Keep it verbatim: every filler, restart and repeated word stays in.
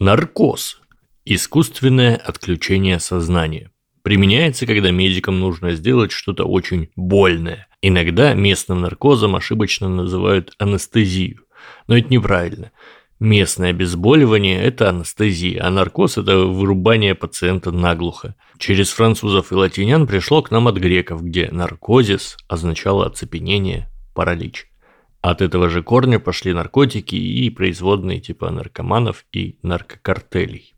Наркоз – искусственное отключение сознания. Применяется, когда медикам нужно сделать что-то очень больное. Иногда местным наркозом ошибочно называют анестезию, но это неправильно. Местное обезболивание – это анестезия, а наркоз – это вырубание пациента наглухо. Через французов и латинян пришло к нам от греков, где наркозис означало оцепенение, паралич. От этого же корня пошли наркотики и производные типа наркоманов и наркокартелей.